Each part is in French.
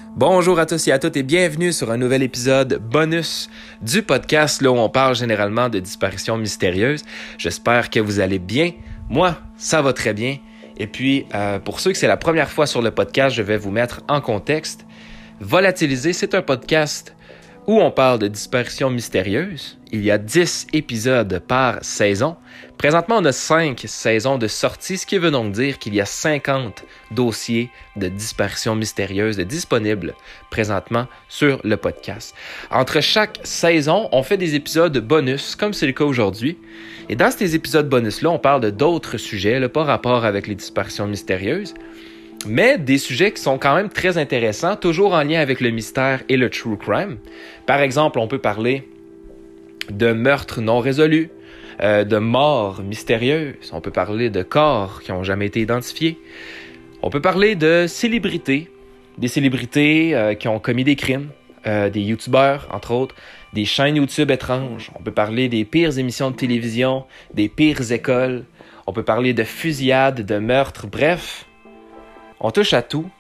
Bonjour à tous et à toutes et bienvenue sur un nouvel épisode bonus du podcast là où on parle généralement de disparitions mystérieuses. J'espère que vous allez bien. Moi, ça va très bien. Et puis, pour ceux que c'est la première fois sur le podcast, je vais vous mettre en contexte. Volatiliser, c'est un podcast où on parle de disparitions mystérieuses. Il y a 10 épisodes par saison. Présentement, on a 5 saisons de sortie, ce qui veut donc dire qu'il y a 50 dossiers de disparitions mystérieuses disponibles présentement sur le podcast. Entre chaque saison, on fait des épisodes bonus, comme c'est le cas aujourd'hui. Et dans ces épisodes bonus-là, on parle de d'autres sujets, pas rapport avec les disparitions mystérieuses, mais des sujets qui sont quand même très intéressants, toujours en lien avec le mystère et le true crime. Par exemple, on peut parler de meurtres non résolus, de morts mystérieuses. On peut parler de corps qui n'ont jamais été identifiés. On peut parler de célébrités, des célébrités qui ont commis des crimes, des youtubeurs, entre autres, des chaînes YouTube étranges. On peut parler des pires émissions de télévision, des pires écoles. On peut parler de fusillades, de meurtres, bref. On touche à tout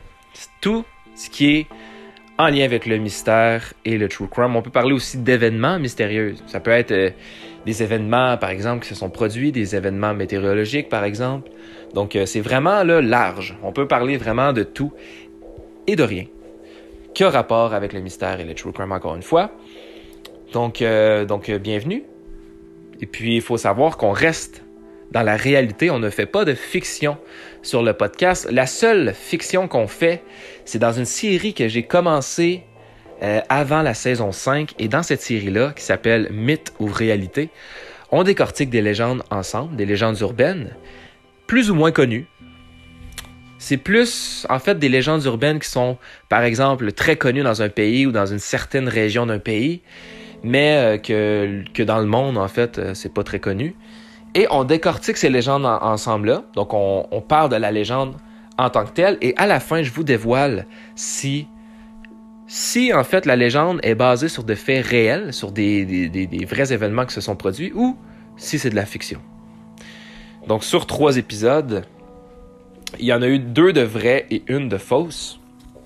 ce qui est en lien avec le mystère et le true crime. On peut parler aussi d'événements mystérieux. Ça peut être des événements, par exemple, qui se sont produits, des événements météorologiques, par exemple. Donc, c'est vraiment là, large. On peut parler vraiment de tout et de rien qui a rapport avec le mystère et le true crime, encore une fois. Donc bienvenue. Et puis, il faut savoir qu'on reste dans la réalité. On ne fait pas de fiction sur le podcast. La seule fiction qu'on fait, c'est dans une série que j'ai commencée avant la saison 5. Et dans cette série-là, qui s'appelle Mythe ou réalité, on décortique des légendes ensemble, des légendes urbaines, plus ou moins connues. C'est plus, en fait, des légendes urbaines qui sont, par exemple, très connues dans un pays ou dans une certaine région d'un pays, mais que dans le monde, en fait, c'est pas très connu. Et on décortique ces légendes ensemble-là. Donc, on parle de la légende en tant que telle. Et à la fin, je vous dévoile si en fait, la légende est basée sur des faits réels, sur des vrais événements qui se sont produits, ou si c'est de la fiction. Donc, sur 3 épisodes, il y en a eu 2 de vrais et 1 de fausse.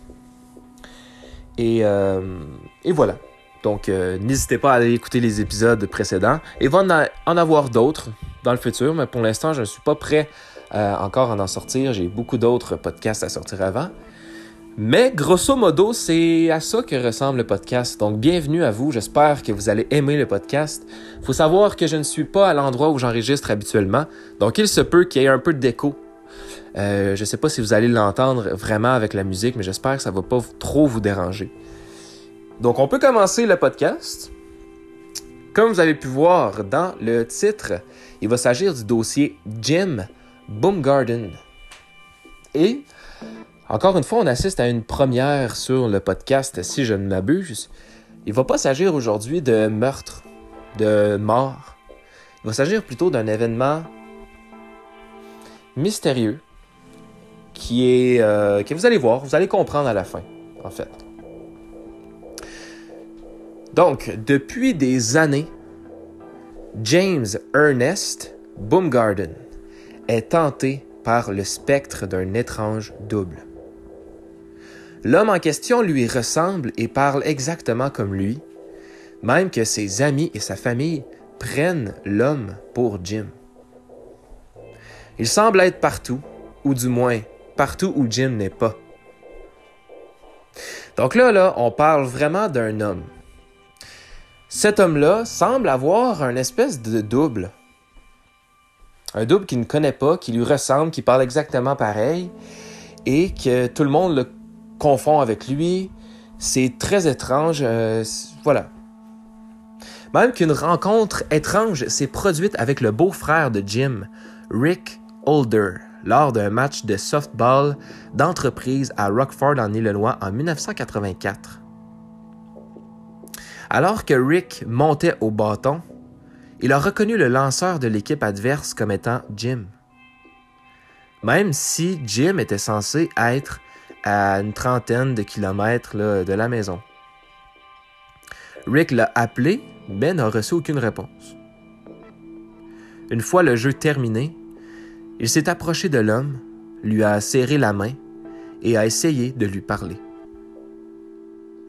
Et voilà. Donc, n'hésitez pas à aller écouter les épisodes précédents. Il va en avoir d'autres dans le futur, mais pour l'instant, je ne suis pas prêt encore à en sortir. J'ai beaucoup d'autres podcasts à sortir avant. Mais grosso modo, c'est à ça que ressemble le podcast. Donc, bienvenue à vous. J'espère que vous allez aimer le podcast. Il faut savoir que je ne suis pas à l'endroit où j'enregistre habituellement. Donc, il se peut qu'il y ait un peu d'écho. Je ne sais pas si vous allez l'entendre vraiment avec la musique, mais j'espère que ça ne va pas trop vous déranger. Donc, on peut commencer le podcast. Comme vous avez pu voir dans le titre, il va s'agir du dossier Jim Baumgarten. Et, encore une fois, on assiste à une première sur le podcast, si je ne m'abuse. Il ne va pas s'agir aujourd'hui de meurtre, de mort. Il va s'agir plutôt d'un événement mystérieux que vous allez voir, vous allez comprendre à la fin, en fait. Donc, depuis des années, James Ernest Baumgarten est hanté par le spectre d'un étrange double. L'homme en question lui ressemble et parle exactement comme lui, même que ses amis et sa famille prennent l'homme pour Jim. Il semble être partout, ou du moins partout où Jim n'est pas. Donc là, on parle vraiment d'un homme. Cet homme-là semble avoir un espèce de double. Un double qu'il ne connaît pas, qui lui ressemble, qui parle exactement pareil et que tout le monde le confond avec lui. C'est très étrange. Voilà. Même qu'une rencontre étrange s'est produite avec le beau-frère de Jim, Rick Holder, lors d'un match de softball d'entreprise à Rockford en Illinois en 1984. Alors que Rick montait au bâton, il a reconnu le lanceur de l'équipe adverse comme étant Jim. Même si Jim était censé être à une trentaine de kilomètres de la maison. Rick l'a appelé, mais n'a reçu aucune réponse. Une fois le jeu terminé, il s'est approché de l'homme, lui a serré la main et a essayé de lui parler.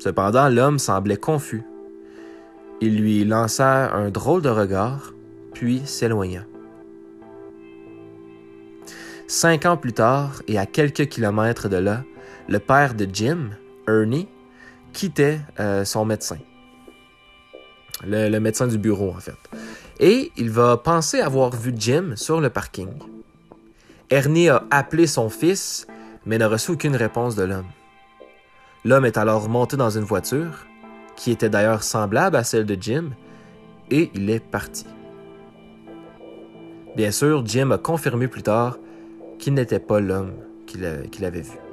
Cependant, l'homme semblait confus. Il lui lança un drôle de regard, puis s'éloigna. 5 ans plus tard, et à quelques kilomètres de là, le père de Jim, Ernie, quittait son médecin. Le médecin du bureau, en fait. Et il va penser avoir vu Jim sur le parking. Ernie a appelé son fils, mais n'a reçu aucune réponse de l'homme. L'homme est alors monté dans une voiture, qui était d'ailleurs semblable à celle de Jim, et il est parti. Bien sûr, Jim a confirmé plus tard qu'il n'était pas l'homme qu'il avait vu.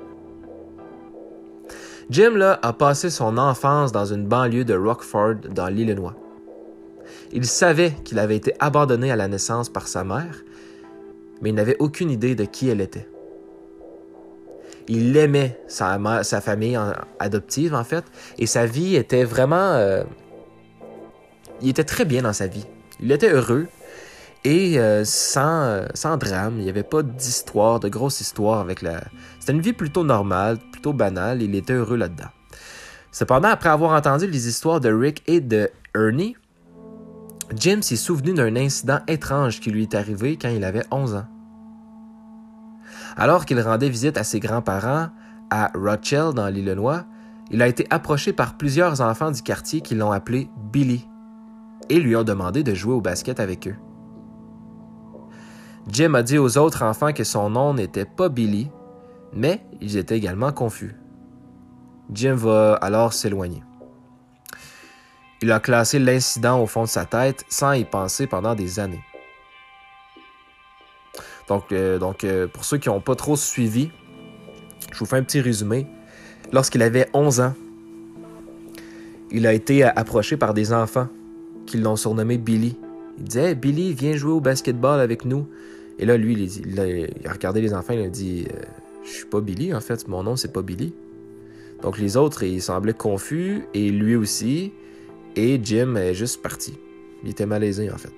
Jim là, a passé son enfance dans une banlieue de Rockford, dans l'Illinois. Il savait qu'il avait été abandonné à la naissance par sa mère, mais il n'avait aucune idée de qui elle était. Il aimait sa famille adoptive, en fait, et sa vie était vraiment... il était très bien dans sa vie. Il était heureux et sans drame. Il n'y avait pas d'histoire, de grosse histoire avec la... C'était une vie plutôt normale, plutôt banale. Il était heureux là-dedans. Cependant, après avoir entendu les histoires de Rick et de Ernie, Jim s'est souvenu d'un incident étrange qui lui est arrivé quand il avait 11 ans. Alors qu'il rendait visite à ses grands-parents à Rochelle, dans l'Illinois, il a été approché par plusieurs enfants du quartier qui l'ont appelé Billy et lui ont demandé de jouer au basket avec eux. Jim a dit aux autres enfants que son nom n'était pas Billy, mais ils étaient également confus. Jim va alors s'éloigner. Il a classé l'incident au fond de sa tête sans y penser pendant des années. Donc, pour ceux qui n'ont pas trop suivi, je vous fais un petit résumé. Lorsqu'il avait 11 ans, il a été approché par des enfants qui l'ont surnommé Billy. Il disait « Hey, Billy, viens jouer au basketball avec nous. » Et là, lui, il a regardé les enfants, il a dit « Je suis pas Billy, en fait, mon nom, c'est pas Billy. » Donc, les autres, ils semblaient confus, et lui aussi, et Jim est juste parti. Il était malaisé, en fait.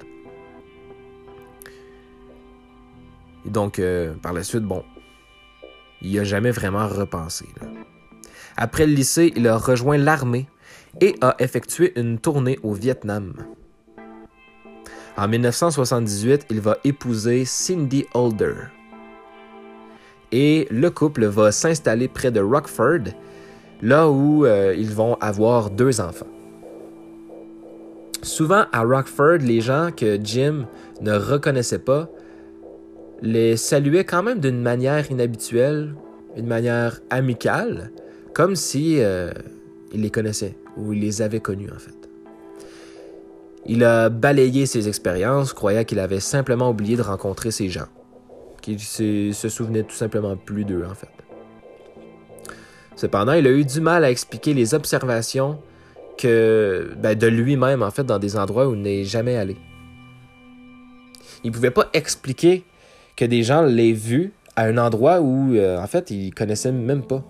Et donc, par la suite, il n'a jamais vraiment repensé. Là. Après le lycée, il a rejoint l'armée et a effectué une tournée au Vietnam. En 1978, il va épouser Cindy Holder. Et le couple va s'installer près de Rockford, là où ils vont avoir 2 enfants. Souvent, à Rockford, les gens que Jim ne reconnaissait pas les saluaient quand même d'une manière inhabituelle, une manière amicale, comme si il les connaissait, ou il les avait connus en fait. Il a balayé ses expériences, croyant qu'il avait simplement oublié de rencontrer ces gens, qu'il se souvenait tout simplement plus d'eux en fait. Cependant, il a eu du mal à expliquer les observations de lui-même en fait dans des endroits où il n'est jamais allé. Il ne pouvait pas expliquer que des gens l'aient vu à un endroit où, en fait, ils ne connaissaient même pas.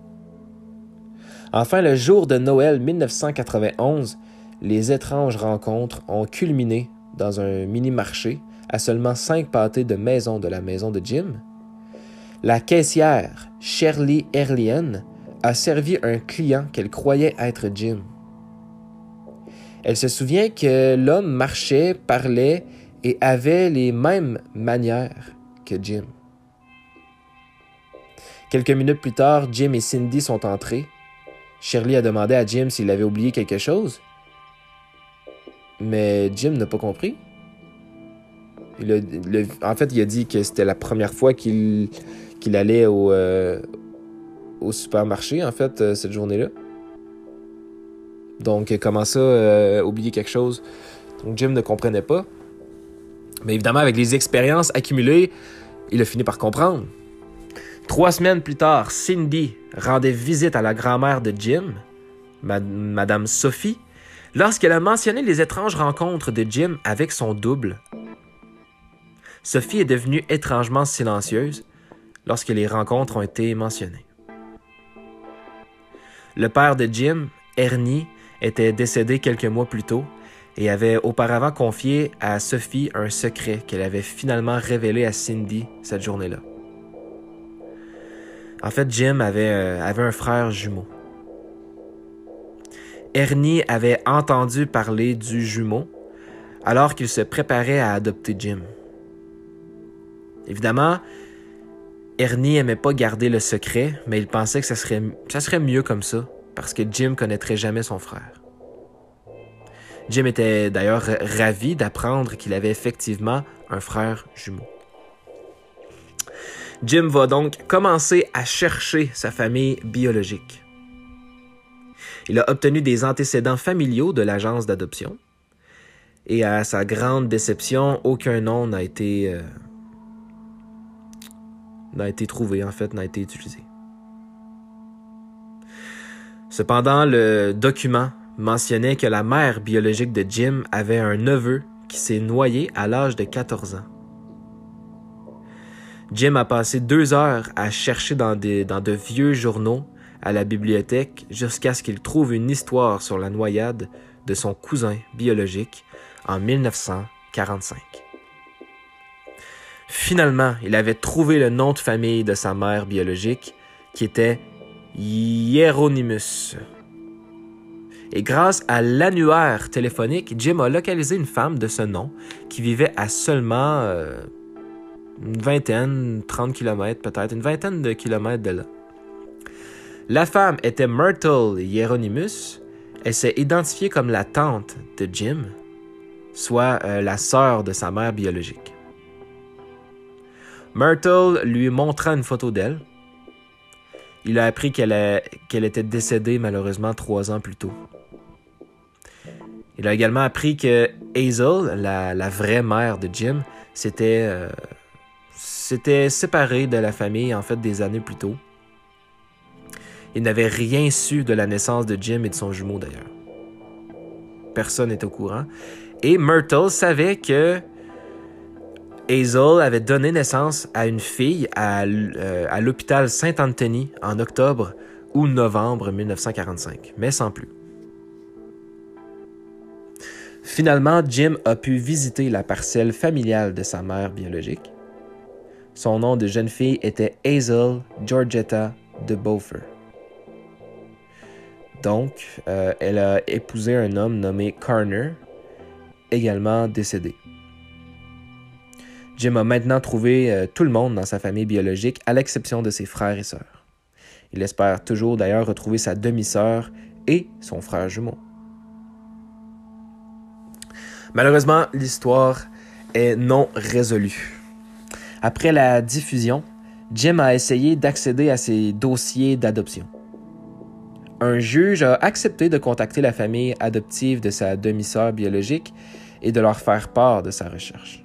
Enfin, le jour de Noël 1991, les étranges rencontres ont culminé dans un mini-marché à seulement 5 pâtés de maison de la maison de Jim. La caissière, Shirley Erlian, a servi un client qu'elle croyait être Jim. Elle se souvient que l'homme marchait, parlait et avait les mêmes manières que Jim. Quelques minutes plus tard, Jim et Cindy sont entrés. Shirley a demandé à Jim s'il avait oublié quelque chose. Mais Jim n'a pas compris. En fait, il a dit que c'était la première fois qu'il allait au supermarché, en fait, cette journée-là. Donc, comment ça, oublier quelque chose? Donc, Jim ne comprenait pas. Mais évidemment, avec les expériences accumulées, il a fini par comprendre. 3 semaines plus tard, Cindy rendait visite à la grand-mère de Jim, Madame Sophie, lorsqu'elle a mentionné les étranges rencontres de Jim avec son double. Sophie est devenue étrangement silencieuse lorsque les rencontres ont été mentionnées. Le père de Jim, Ernie, était décédé quelques mois plus tôt et avait auparavant confié à Sophie un secret qu'elle avait finalement révélé à Cindy cette journée-là. En fait, Jim avait un frère jumeau. Ernie avait entendu parler du jumeau alors qu'il se préparait à adopter Jim. Évidemment, Ernie aimait pas garder le secret, mais il pensait que ça serait mieux comme ça, parce que Jim connaîtrait jamais son frère. Jim était d'ailleurs ravi d'apprendre qu'il avait effectivement un frère jumeau. Jim va donc commencer à chercher sa famille biologique. Il a obtenu des antécédents familiaux de l'agence d'adoption, et à sa grande déception, aucun nom n'a été trouvé, en fait, n'a été utilisé. Cependant, le document mentionnait que la mère biologique de Jim avait un neveu qui s'est noyé à l'âge de 14 ans. Jim a passé 2 heures à chercher dans de vieux journaux à la bibliothèque jusqu'à ce qu'il trouve une histoire sur la noyade de son cousin biologique en 1945. Finalement, il avait trouvé le nom de famille de sa mère biologique, qui était Hieronymus. Et grâce à l'annuaire téléphonique, Jim a localisé une femme de ce nom qui vivait à seulement une vingtaine, 30 kilomètres peut-être, une vingtaine de kilomètres de là. La femme était Myrtle Hieronymus. Elle s'est identifiée comme la tante de Jim, soit la sœur de sa mère biologique. Myrtle lui montra une photo d'elle. Il a appris qu'elle était décédée malheureusement 3 ans plus tôt. Il a également appris que Hazel, la vraie mère de Jim, s'était séparée de la famille en fait des années plus tôt. Il n'avait rien su de la naissance de Jim et de son jumeau d'ailleurs. Personne n'est au courant. Et Myrtle savait que Hazel avait donné naissance à une fille à l'hôpital Saint-Anthony en octobre ou novembre 1945, mais sans plus. Finalement, Jim a pu visiter la parcelle familiale de sa mère biologique. Son nom de jeune fille était Hazel Georgetta de Beaufort. Donc, elle a épousé un homme nommé Carner, également décédé. Jim a maintenant trouvé tout le monde dans sa famille biologique, à l'exception de ses frères et sœurs. Il espère toujours d'ailleurs retrouver sa demi-sœur et son frère jumeau. Malheureusement, l'histoire est non résolue. Après la diffusion, Jim a essayé d'accéder à ses dossiers d'adoption. Un juge a accepté de contacter la famille adoptive de sa demi-sœur biologique et de leur faire part de sa recherche.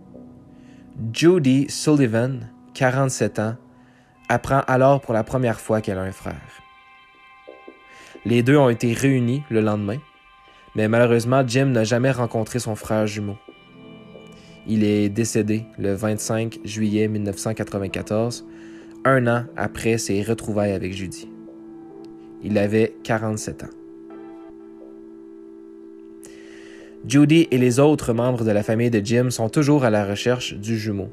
Judy Sullivan, 47 ans, apprend alors pour la première fois qu'elle a un frère. Les deux ont été réunis le lendemain, mais malheureusement, Jim n'a jamais rencontré son frère jumeau. Il est décédé le 25 juillet 1994, un an après ses retrouvailles avec Judy. Il avait 47 ans. Judy et les autres membres de la famille de Jim sont toujours à la recherche du jumeau.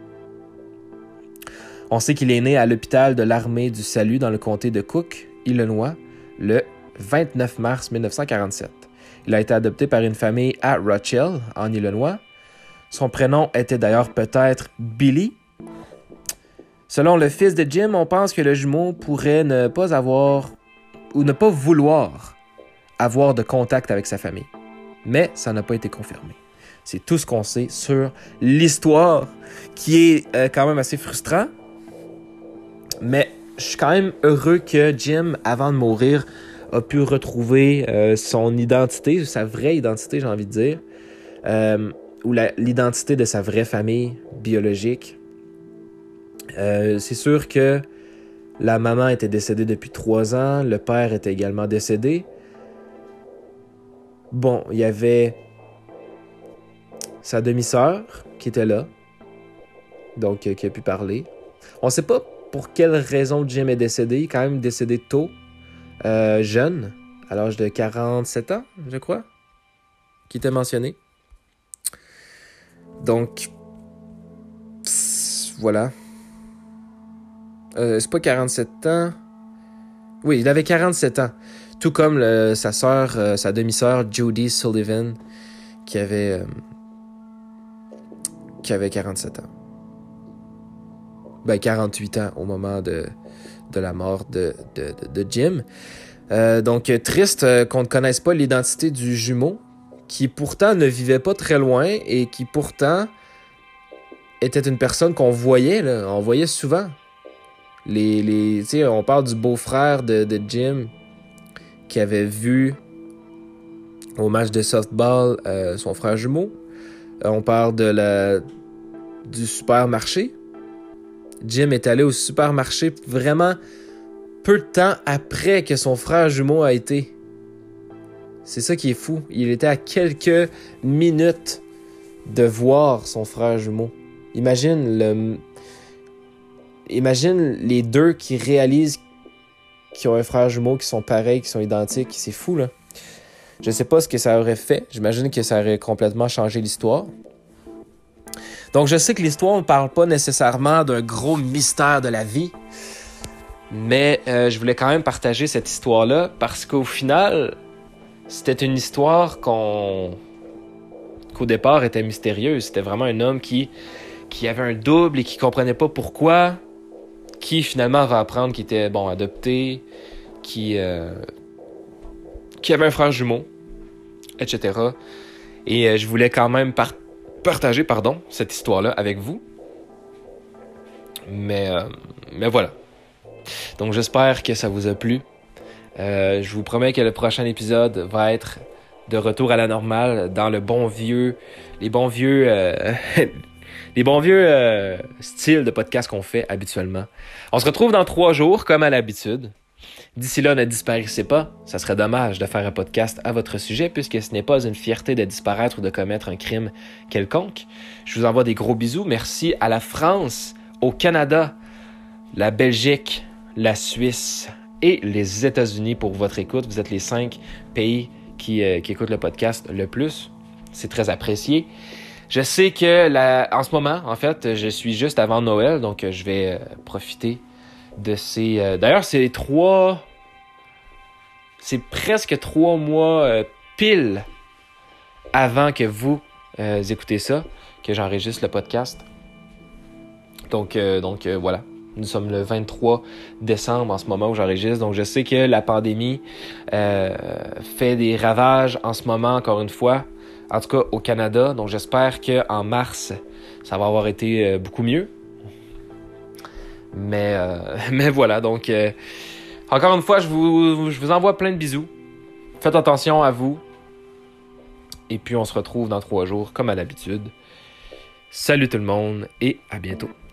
On sait qu'il est né à l'hôpital de l'armée du Salut dans le comté de Cook, Illinois, le 29 mars 1947. Il a été adopté par une famille à Rochelle, en Illinois. Son prénom était d'ailleurs peut-être Billy. Selon le fils de Jim, on pense que le jumeau pourrait ne pas avoir ou ne pas vouloir avoir de contact avec sa famille. Mais ça n'a pas été confirmé. C'est tout ce qu'on sait sur l'histoire, qui est quand même assez frustrant. Mais je suis quand même heureux que Jim, avant de mourir, a pu retrouver son identité, sa vraie identité, j'ai envie de dire, ou l'identité de sa vraie famille biologique. C'est sûr que la maman était décédée depuis 3 ans, le père était également décédé. Bon, il y avait sa demi-sœur qui était là, donc qui a pu parler. On ne sait pas pour quelle raison Jim est décédé, il est quand même décédé tôt, jeune, à l'âge de 47 ans, je crois, qui était mentionné. Donc, voilà. C'est pas 47 ans. Oui, il avait 47 ans. Tout comme sa sœur, sa demi-sœur Judy Sullivan, qui avait 47 ans. 48 ans au moment de la mort de Jim. Donc, triste qu'on ne connaisse pas l'identité du jumeau, qui pourtant ne vivait pas très loin et qui pourtant était une personne qu'on voyait, là, on voyait souvent. On parle du beau-frère de Jim qui avait vu au match de softball son frère jumeau. On parle du supermarché. Jim est allé au supermarché vraiment peu de temps après que son frère jumeau a été. C'est ça qui est fou. Il était à quelques minutes de voir son frère jumeau. Imagine les deux qui réalisent qu'ils ont un frère jumeau, qui sont pareils, qui sont identiques. C'est fou, là. Je sais pas ce que ça aurait fait. J'imagine que ça aurait complètement changé l'histoire. Donc, je sais que l'histoire ne parle pas nécessairement d'un gros mystère de la vie, mais je voulais quand même partager cette histoire-là parce qu'au final, c'était une histoire qu'au départ était mystérieuse. C'était vraiment un homme qui avait un double et qui comprenait pas pourquoi, qui finalement va apprendre qu'il était adopté, qui avait un frère jumeau, etc. Et je voulais quand même partager cette histoire-là avec vous. Mais voilà. Donc j'espère que ça vous a plu. Je vous promets que le prochain épisode va être de retour à la normale dans les bons vieux styles de podcast qu'on fait habituellement. On se retrouve dans 3 jours comme à l'habitude. D'ici là, ne disparaissez pas. Ça serait dommage de faire un podcast à votre sujet puisque ce n'est pas une fierté de disparaître ou de commettre un crime quelconque. Je vous envoie des gros bisous. Merci à la France, au Canada, la Belgique, la Suisse et les États-Unis pour votre écoute. Vous êtes les 5 pays qui écoutent le podcast le plus. C'est très apprécié. Je sais que en ce moment, en fait, je suis juste avant Noël, donc je vais profiter de ces... D'ailleurs, c'est presque 3 mois pile avant que vous écoutez ça, que j'enregistre le podcast. Donc voilà. Nous sommes le 23 décembre en ce moment où j'enregistre. Donc je sais que la pandémie fait des ravages en ce moment, encore une fois. En tout cas, au Canada. Donc, j'espère qu'en mars, ça va avoir été beaucoup mieux. Mais voilà. Donc, encore une fois, je vous envoie plein de bisous. Faites attention à vous. Et puis, on se retrouve dans 3 jours, comme à l'habitude. Salut tout le monde et à bientôt.